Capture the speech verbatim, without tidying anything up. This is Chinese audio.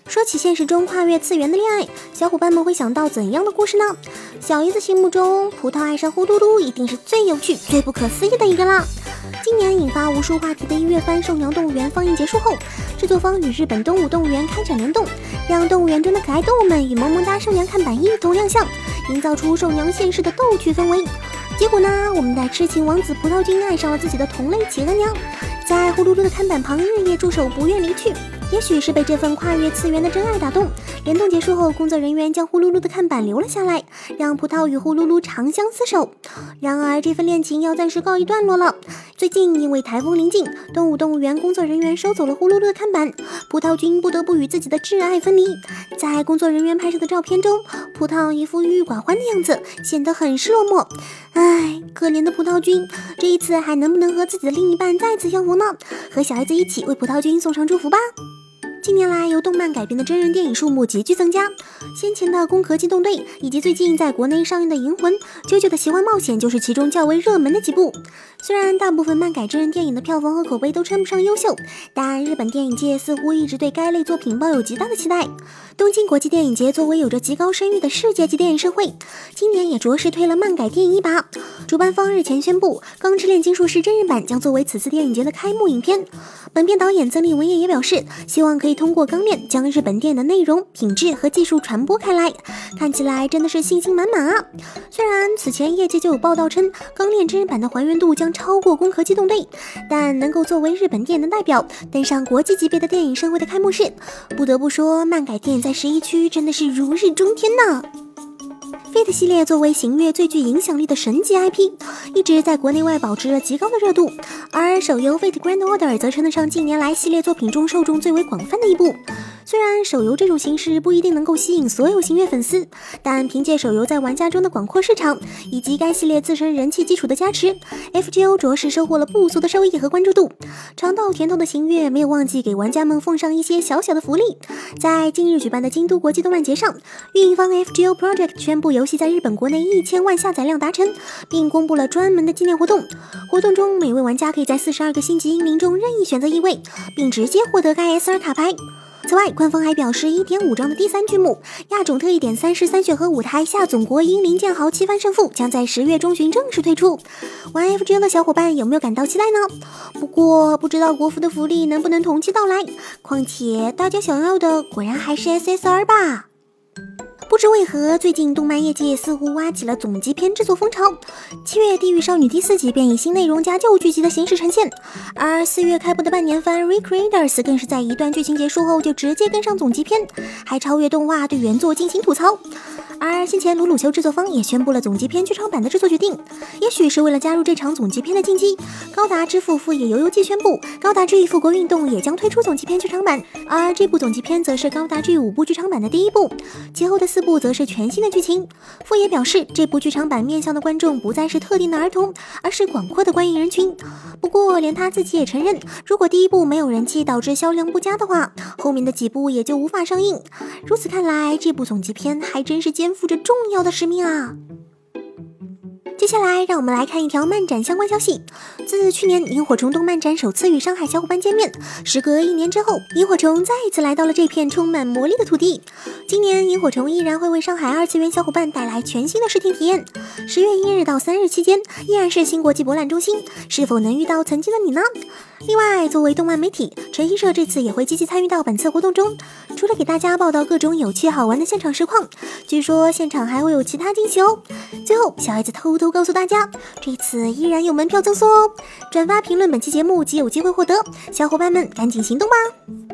说起现实中跨越次元的恋爱，小伙伴们会想到怎样的故事呢？小姨子心目中，葡萄爱上呼噜噜一定是最有趣、最不可思议的一个啦。今年引发无数话题的一月番《兽娘动物园》放映结束后，制作方与日本动物动物园开展联动，让动物园中的可爱动物们与萌萌哒兽娘看板一同亮相，营造出兽娘现世的逗趣氛围。结果呢，我们的痴情王子葡萄君爱上了自己的同类企鹅娘，在呼噜噜的看板旁日夜驻守，不愿离去。也许是被这份跨越次元的真爱打动，联动结束后，工作人员将呼噜噜的看板留了下来，让葡萄与呼噜噜长相厮守。然而这份恋情要暂时告一段落了。最近因为台风临近，动物动物园工作人员收走了呼噜噜的看板，葡萄君不得不与自己的挚爱分离。在工作人员拍摄的照片中，葡萄一副郁郁寡欢的样子，显得很是落寞。唉，可怜的葡萄君，这一次还能不能和自己的另一半再次相逢呢？和小孩子一起为葡萄君送上祝福吧。近年来，由动漫改编的真人电影数目急剧增加，先前的《攻壳机动队》以及最近在国内上映的《银魂》、《啾啾的奇幻冒险》就是其中较为热门的几部。虽然大部分漫改真人电影的票房和口碑都称不上优秀，但日本电影界似乎一直对该类作品抱有极大的期待。东京国际电影节作为有着极高声誉的世界级电影盛会，今年也着实推了漫改电影一把。主办方日前宣布，《钢之炼金术师》真人版将作为此次电影节的开幕影片。本片导演曾利文也也表示，希望可以通过钢炼将日本电影的内容、品质和技术传播开来，看起来真的是信心满满啊！虽然此前业界就有报道称，钢炼真人版的还原度将超过《攻壳机动队》，但能够作为日本电影的代表登上国际级别的电影盛会的开幕式，不得不说，漫改电影在十一区真的是如日中天呐！Fate 系列作为行月最具影响力的神级 I P， 一直在国内外保持了极高的热度，而手游 Fate Grand Order 则称得上近年来系列作品中受众最为广泛的一部。虽然手游这种形式不一定能够吸引所有行月粉丝，但凭借手游在玩家中的广阔市场，以及该系列自身人气基础的加持 ，F G O 着实收获了不俗的收益和关注度。尝到甜头的行月没有忘记给玩家们奉上一些小小的福利。在近日举办的京都国际动漫节上，运营方 F G O Project 宣布游戏在日本国内一千万下载量达成，并公布了专门的纪念活动。活动中，每位玩家可以在四十二个星级英灵中任意选择一位，并直接获得该 S R 卡牌。此外，官方还表示 一点五 章的第三剧目亚种特异点三十三血和舞台下总国英灵剑豪七番胜负将在十月中旬正式推出。玩 F G O 的小伙伴有没有感到期待呢？不过不知道国服的福利能不能同期到来，况且大家想要的果然还是 S S R 吧。不知为何，最近动漫业界似乎挖起了总集篇制作风潮。七月《地狱少女》第四集便以新内容加旧剧集的形式呈现，而四月开播的半年番《Recreators》更是在一段剧情结束后就直接跟上总集篇，还超越动画对原作进行吐槽。而先前鲁鲁修制作方也宣布了总集篇剧场版的制作决定，也许是为了加入这场总集篇的竞技，高达之父富野由悠季宣布高达之复国运动也将推出总集篇剧场版，而这部总集篇则是高达之五部剧场版的第一部，其后的四部则是全新的剧情。富野表示，这部剧场版面向的观众不再是特定的儿童，而是广阔的观影人群。不过连他自己也承认，如果第一部没有人气导致销量不佳的话，后面的几部也就无法上映。如此看来，这部总集篇还真是肩负着重要的使命啊！接下来让我们来看一条漫展相关消息。自去年萤火虫动漫展首次与上海小伙伴见面，时隔一年之后，萤火虫再一次来到了这片充满魔力的土地。今年萤火虫依然会为上海二次元小伙伴带来全新的视听体验。十月一日到三日期间，依然是新国际博览中心，是否能遇到曾经的你呢？另外，作为动漫媒体，晨曦社这次也会积极参与到本次活动中，除了给大家报道各种有趣好玩的现场实况，据说现场还会有其他惊喜哦。最后，小孩子偷偷告诉大家，这次依然有门票赠送哦！转发评论本期节目即有机会获得，小伙伴们赶紧行动吧！